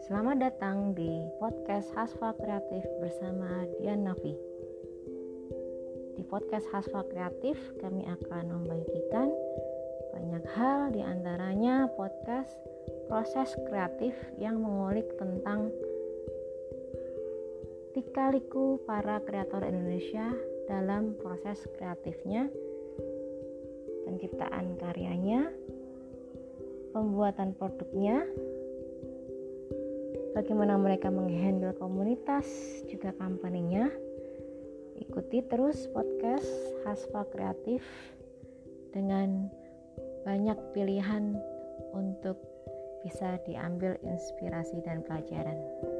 Selamat datang di podcast Hasfa Kreatif bersama Dian Nafi. Di podcast Hasfa Kreatif kami akan membagikan banyak hal, di antaranya podcast proses kreatif yang mengulik tentang lika-liku para kreator Indonesia dalam proses kreatifnya, penciptaan karyanya, pembuatan produknya, bagaimana mereka menghandle komunitas, juga company-nya. Ikuti terus podcast Hasfa Kreatif dengan banyak pilihan untuk bisa diambil inspirasi dan pelajaran.